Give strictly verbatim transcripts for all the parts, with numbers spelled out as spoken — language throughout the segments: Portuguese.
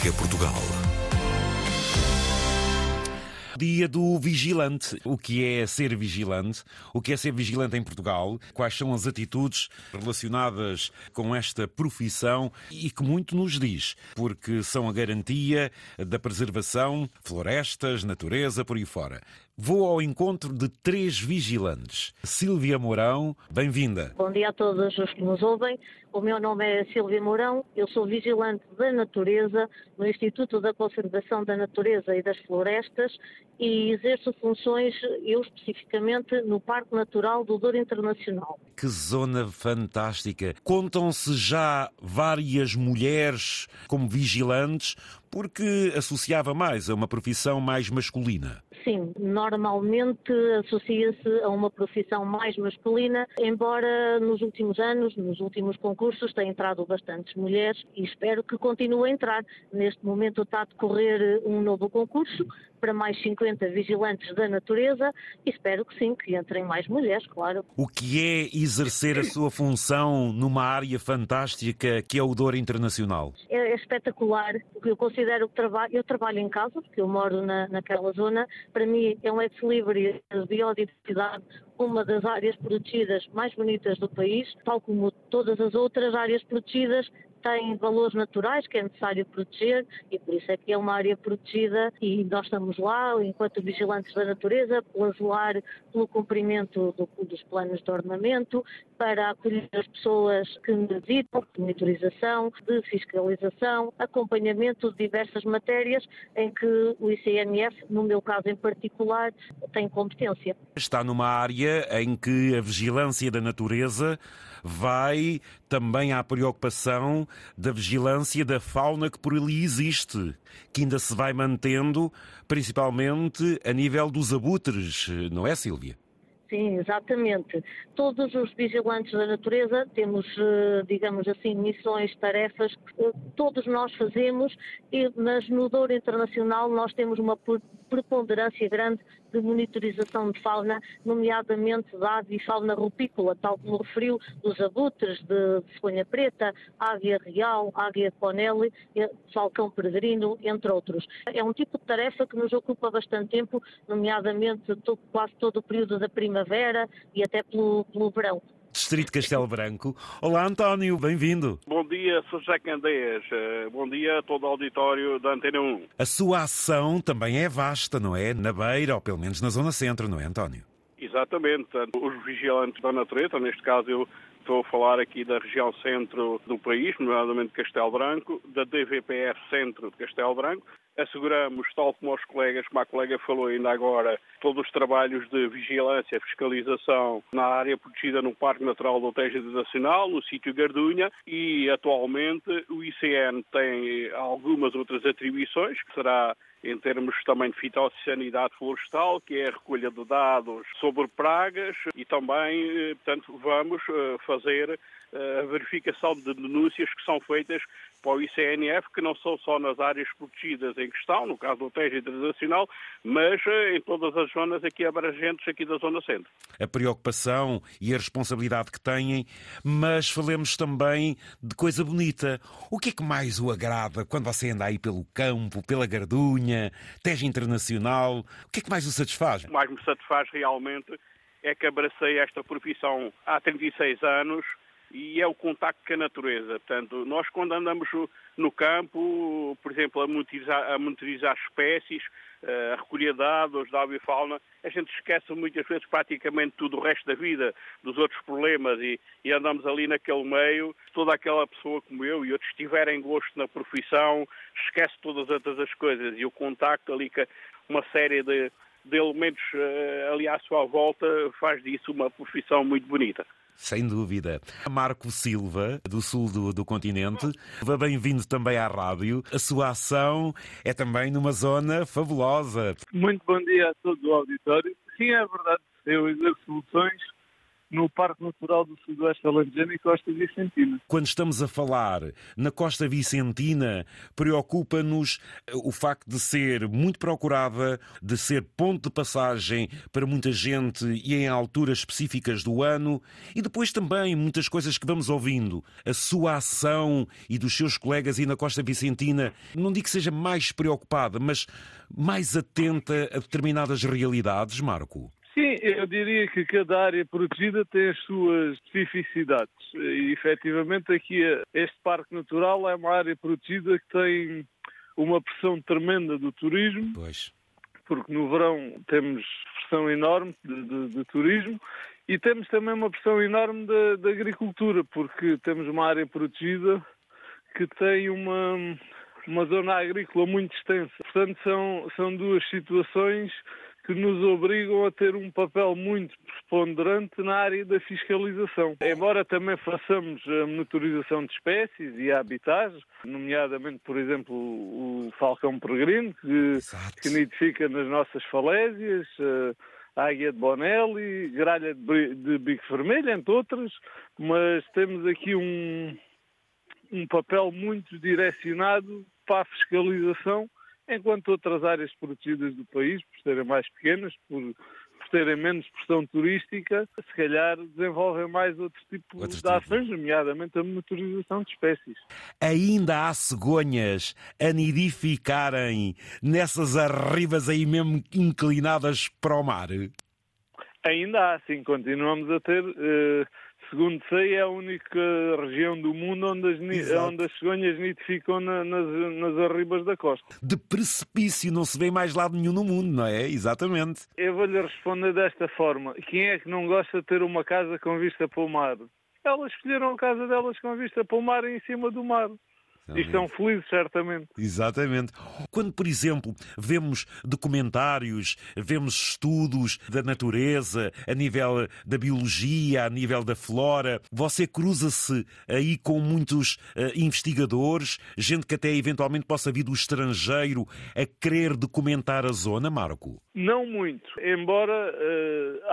é Portugal. Dia do vigilante. O que é ser vigilante? O que é ser vigilante em Portugal? Quais são as atitudes relacionadas com esta profissão e que muito nos diz, porque são a garantia da preservação, florestas, natureza, por aí fora. Vou ao encontro de três vigilantes. Sílvia Mourão, bem-vinda. Bom dia a todos os que nos ouvem. O meu nome é Sílvia Mourão, eu sou vigilante da natureza no Instituto da Conservação da Natureza e das Florestas e exerço funções, eu especificamente, no Parque Natural do Douro Internacional. Que zona fantástica! Contam-se já várias mulheres como vigilantes, porque associava mais a uma profissão mais masculina. Sim, normalmente associa-se a uma profissão mais masculina, embora nos últimos anos, nos últimos concursos, tenham entrado bastantes mulheres e espero que continue a entrar. Neste momento está a decorrer um novo concurso para mais cinquenta vigilantes da natureza e espero que sim, que entrem mais mulheres, claro. O que é exercer a sua função numa área fantástica que é o Douro Internacional? É, é espetacular, porque eu considero que trabalho, eu trabalho em casa, porque eu moro na, naquela zona, para mim é um ex-libris de biodiversidade, uma das áreas protegidas mais bonitas do país, tal como todas as outras áreas protegidas, tem valores naturais que é necessário proteger e por isso é que é uma área protegida e nós estamos lá, enquanto vigilantes da natureza, para zelar pelo cumprimento do, dos planos de ordenamento, para acolher as pessoas que necessitam de monitorização, de fiscalização, acompanhamento de diversas matérias em que o I C N F, no meu caso em particular, tem competência. Está numa área em que a vigilância da natureza vai também à preocupação da vigilância da fauna que por ali existe, que ainda se vai mantendo, principalmente a nível dos abutres, não é, Sílvia? Sim, exatamente. Todos os vigilantes da natureza temos, digamos assim, missões, tarefas que todos nós fazemos, mas no Douro Internacional nós temos uma preponderância grande de monitorização de fauna, nomeadamente da ave e fauna rupícola, tal como referiu, dos abutres de, de cegonha preta, águia real, águia conelli, falcão peregrino, entre outros. É um tipo de tarefa que nos ocupa bastante tempo, nomeadamente todo, quase todo o período da primavera e até pelo, pelo verão. Distrito de Castelo Branco. Olá, António, bem-vindo. Bom dia, sou José Candeias. Bom dia a todo o auditório da Antena um. A sua ação também é vasta, não é? Na Beira, ou pelo menos na Zona Centro, não é, António? Exatamente. Os vigilantes da natureza, neste caso eu estou a falar aqui da região centro do país, nomeadamente Castelo Branco, da D V P R Centro de Castelo Branco. Asseguramos, tal como os colegas, como a colega falou ainda agora, todos os trabalhos de vigilância, fiscalização na área protegida no Parque Natural do Tejo Internacional, no sítio Gardunha, e atualmente o I C N tem algumas outras atribuições, que será em termos também de fitossanidade florestal, que é a recolha de dados sobre pragas e também, portanto, vamos fazer a verificação de denúncias que são feitas para o I C N F, que não são só nas áreas protegidas em questão, no caso do Tejo Internacional, mas em todas as zonas aqui abrangentes aqui da Zona Centro. A preocupação e a responsabilidade que têm, mas falemos também de coisa bonita. O que é que mais o agrada quando você anda aí pelo campo, pela Gardunha, Tejo Internacional? O que é que mais o satisfaz? O que mais me satisfaz realmente é que abracei esta profissão há trinta e seis anos, e é o contacto com a natureza. Portanto, nós quando andamos no campo, por exemplo, a monitorizar, a monitorizar espécies, a recolher dados da avifauna, a gente esquece muitas vezes praticamente tudo o resto da vida, dos outros problemas, e, e andamos ali naquele meio. Toda aquela pessoa como eu e outros tiverem gosto na profissão, esquece todas as coisas, e o contacto ali com uma série de, de elementos ali à sua volta faz disso uma profissão muito bonita. Sem dúvida. Marco Silva, do sul do, do continente, bem-vindo também à rádio. A sua ação é também numa zona fabulosa. Muito bom dia a todo o auditório. Sim, é verdade, eu exerço funções no Parque Natural do Sudoeste Alentejano e Costa Vicentina. Quando estamos a falar na Costa Vicentina, preocupa-nos o facto de ser muito procurada, de ser ponto de passagem para muita gente e em alturas específicas do ano, e depois também muitas coisas que vamos ouvindo. A sua ação e dos seus colegas aí na Costa Vicentina, não digo que seja mais preocupada, mas mais atenta a determinadas realidades, Marco? Sim, eu diria que cada área protegida tem as suas especificidades. E, efetivamente, aqui este Parque Natural é uma área protegida que tem uma pressão tremenda do turismo, Pois. porque no verão temos pressão enorme de, de, de turismo e temos também uma pressão enorme da, da agricultura, porque temos uma área protegida que tem uma, uma zona agrícola muito extensa. Portanto, são, são duas situações que nos obrigam a ter um papel muito preponderante na área da fiscalização. Embora também façamos a monitorização de espécies e habitats, nomeadamente, por exemplo, o falcão peregrino, que, que nidifica nas nossas falésias, a águia de Bonelli, gralha de bico vermelho, entre outras, mas temos aqui um, um papel muito direcionado para a fiscalização, enquanto outras áreas protegidas do país, por serem mais pequenas, por, por terem menos pressão turística, se calhar desenvolvem mais outro tipo Outros de ações, nomeadamente a monitorização de espécies. Ainda há cegonhas a nidificarem nessas arribas aí mesmo inclinadas para o mar? Ainda há, sim, continuamos a ter... Uh, Segundo sei, é a única região do mundo onde as, onde as cegonhas nidificam na, nas, nas arribas da costa. De precipício não se vê mais lado nenhum no mundo, não é? Exatamente. Eu vou-lhe responder desta forma. Quem é que não gosta de ter uma casa com vista para o mar? Elas escolheram a casa delas com vista para o mar e em cima do mar. E estão felizes, certamente. Exatamente. Quando, por exemplo, vemos documentários, vemos estudos da natureza, a nível da biologia, a nível da flora, você cruza-se aí com muitos uh, investigadores, gente que até eventualmente possa vir do estrangeiro a querer documentar a zona, Marco? Não muito, embora uh,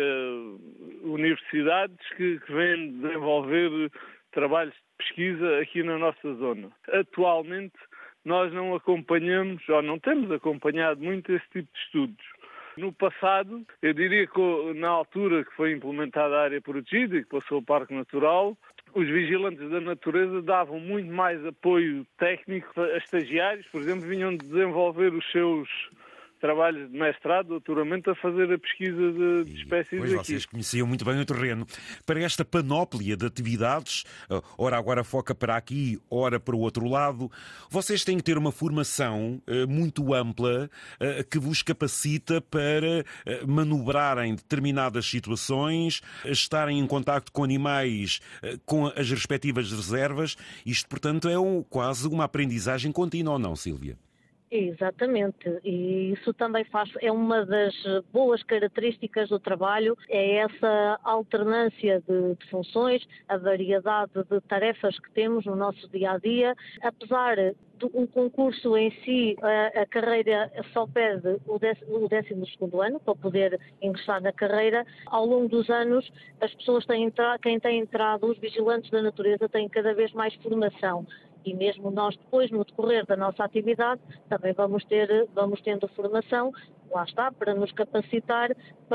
haja universidades que, que vêm desenvolver trabalhos de pesquisa aqui na nossa zona. Atualmente nós não acompanhamos, ou não temos acompanhado muito esse tipo de estudos. No passado, eu diria que na altura que foi implementada a área protegida e que passou o Parque Natural, os vigilantes da natureza davam muito mais apoio técnico a estagiários, por exemplo, vinham desenvolver os seus trabalhos de mestrado, doutoramento, a fazer a pesquisa de, de espécies pois aqui. Vocês conheciam muito bem o terreno. Para esta panóplia de atividades, ora agora foca para aqui, ora para o outro lado, vocês têm que ter uma formação uh, muito ampla uh, que vos capacita para uh, manobrarem determinadas situações, estarem em contacto com animais uh, com as respectivas reservas. Isto, portanto, é um, quase uma aprendizagem contínua, ou não, Sílvia? Exatamente, e isso também faz, é uma das boas características do trabalho, é essa alternância de, de funções, a variedade de tarefas que temos no nosso dia-a-dia. Apesar do concurso em si, a, a carreira só pede o décimo segundo ano para poder ingressar na carreira. Ao longo dos anos, as pessoas têm entrado, quem tem entrado, os vigilantes da natureza têm cada vez mais formação. E mesmo nós depois, no decorrer da nossa atividade, também vamos ter, vamos tendo formação, lá está, para nos capacitar,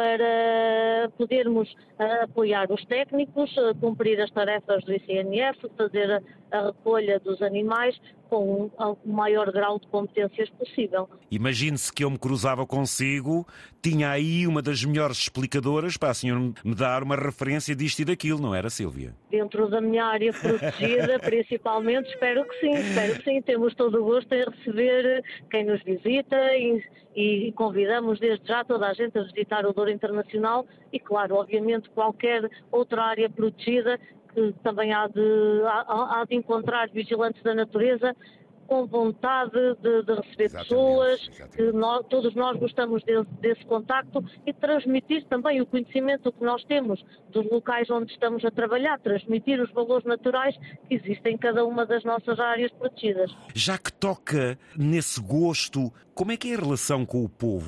para podermos uh, apoiar os técnicos, uh, cumprir as tarefas do I C N F, fazer a, a recolha dos animais com o um, maior grau de competências possível. Imagine-se que eu me cruzava consigo, tinha aí uma das melhores explicadoras para a senhora me dar uma referência disto e daquilo, não era, Sílvia? Dentro da minha área protegida, principalmente, espero que sim, espero que sim. Temos todo o gosto em receber quem nos visita e, e convidamos desde já toda a gente a visitar o Douro Internacional e, claro, obviamente, qualquer outra área protegida que também há de, há, há de encontrar vigilantes da natureza com vontade de, de receber exatamente, pessoas, exatamente. Que nós, todos nós gostamos de, desse contacto e transmitir também o conhecimento que nós temos dos locais onde estamos a trabalhar, transmitir os valores naturais que existem em cada uma das nossas áreas protegidas. Já que toca nesse gosto, como é que é a relação com o povo?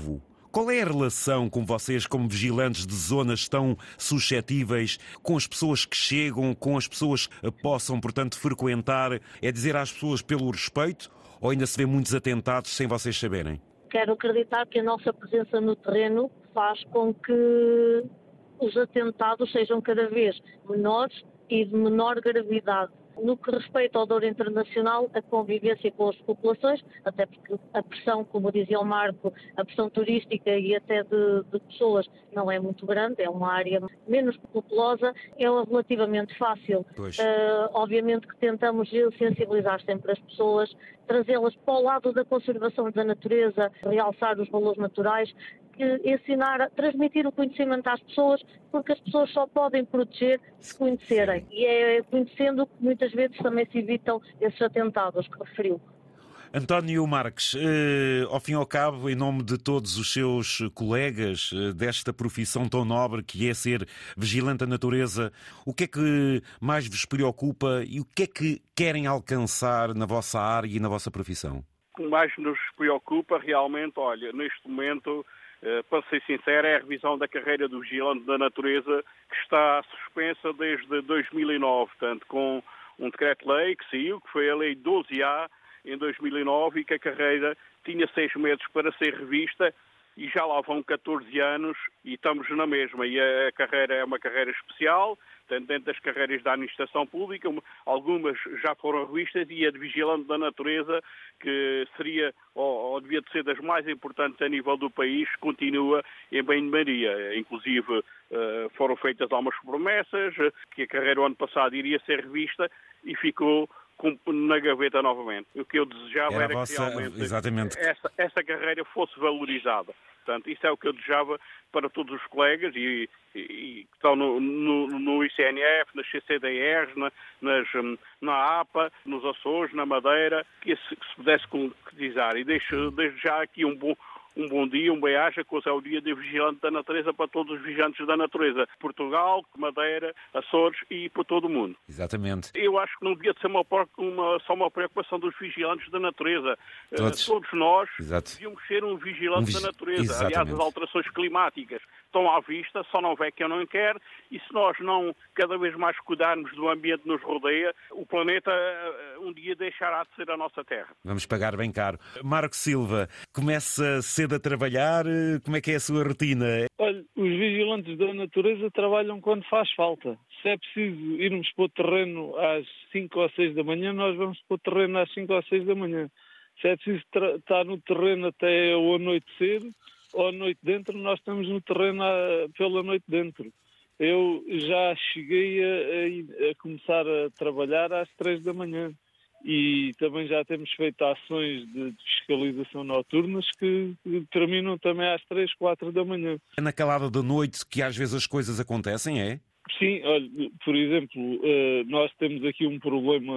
Qual é a relação com vocês, como vigilantes de zonas tão suscetíveis, com as pessoas que chegam, com as pessoas que possam, portanto, frequentar? É dizer às pessoas pelo respeito ou ainda se vê muitos atentados sem vocês saberem? Quero acreditar que a nossa presença no terreno faz com que os atentados sejam cada vez menores e de menor gravidade. No que respeita ao Douro Internacional, a convivência com as populações, até porque a pressão, como dizia o Marco, a pressão turística e até de, de pessoas não é muito grande, é uma área menos populosa, é relativamente fácil. Uh, obviamente que tentamos sensibilizar sempre as pessoas, trazê-las para o lado da conservação da natureza, realçar os valores naturais, que ensinar, transmitir o conhecimento às pessoas, porque as pessoas só podem proteger se conhecerem. E é conhecendo que muitas vezes também se evitam esses atentados que referiu. António Marques, eh, ao fim e ao cabo, em nome de todos os seus colegas eh, desta profissão tão nobre que é ser vigilante da natureza, o que é que mais vos preocupa e o que é que querem alcançar na vossa área e na vossa profissão? O que mais nos preocupa realmente, olha, neste momento, eh, para ser sincero, é a revisão da carreira do vigilante da natureza que está suspensa desde dois mil e nove, tanto com um decreto-lei que saiu, que foi a Lei doze A, em dois mil e nove, e que a carreira tinha seis meses para ser revista e já lá vão catorze anos e estamos na mesma. E a carreira é uma carreira especial, tanto dentro das carreiras da administração pública, algumas já foram revistas, e a de vigilante da natureza, que seria ou, ou devia de ser das mais importantes a nível do país, continua em banho-maria. Inclusive foram feitas algumas promessas, que a carreira o ano passado iria ser revista e ficou na gaveta novamente. O que eu desejava era, era vossa... que realmente Exatamente. Essa, essa carreira fosse valorizada. Portanto, isso é o que eu desejava para todos os colegas e, e, e que estão no, no, no I C N F, nas C C D Rs, na, nas, na A P A, nos Açores, na Madeira, que se, que se pudesse concretizar. E deixo, deixo já aqui um bom... Um bom dia, um bem-aja, que hoje é o dia de vigilante da natureza para todos os vigilantes da natureza. Portugal, Madeira, Açores e por todo o mundo. Exatamente. Eu acho que não devia ser uma, uma, só uma preocupação dos vigilantes da natureza. Todos, uh, todos nós Exato. devíamos ser um vigilante um vigi... da natureza. Exatamente. Aliás, as alterações climáticas estão à vista, só não vê quem não quer, e se nós não cada vez mais cuidarmos do ambiente que nos rodeia, o planeta um dia deixará de ser a nossa terra. Vamos pagar bem caro. Marco Silva, começa cedo a trabalhar, como é que é a sua rotina? Olha, os vigilantes da natureza trabalham quando faz falta. Se é preciso irmos para o terreno às cinco ou seis da manhã, nós vamos para o terreno às cinco ou seis da manhã. Se é preciso tra- estar no terreno até o anoitecer, ou à noite dentro, nós estamos no terreno a, pela noite dentro. Eu já cheguei a, a, a começar a trabalhar às três da manhã e também já temos feito ações de, de fiscalização noturnas que, que terminam também às três, quatro da manhã. É na calada da noite que às vezes as coisas acontecem, é? Sim, olha, por exemplo, nós temos aqui um problema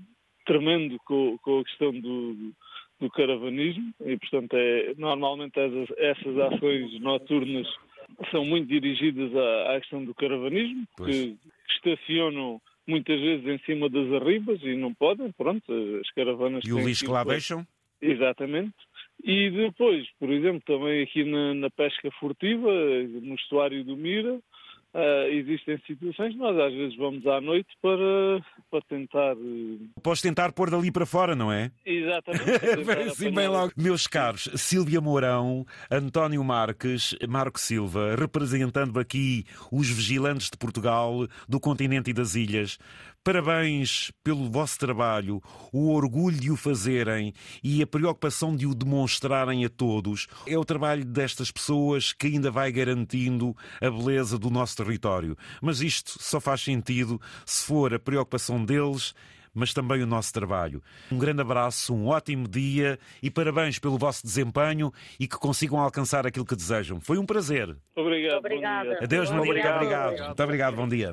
tremendo com, com a questão do... do caravanismo, e portanto é, normalmente essas, essas ações noturnas são muito dirigidas à, à questão do caravanismo, pois. que estacionam muitas vezes em cima das arribas e não podem, pronto, as caravanas... E o lixo que lá deixam? Exatamente. E depois, por exemplo, também aqui na, na pesca furtiva, no estuário do Mira, Uh, existem situações que nós às vezes vamos à noite para, para tentar... Uh... Podes tentar pôr dali para fora, não é? Exatamente. Sim, bem logo. Meus caros, Sílvia Mourão, António Marques, Marco Silva, representando aqui os vigilantes de Portugal, do continente e das ilhas, parabéns pelo vosso trabalho, o orgulho de o fazerem e a preocupação de o demonstrarem a todos. É o trabalho destas pessoas que ainda vai garantindo a beleza do nosso território. Mas isto só faz sentido se for a preocupação deles, mas também o nosso trabalho. Um grande abraço, um ótimo dia e parabéns pelo vosso desempenho e que consigam alcançar aquilo que desejam. Foi um prazer. Obrigado. Obrigada. Adeus, bom muito dia. obrigado. Muito obrigado, bom dia.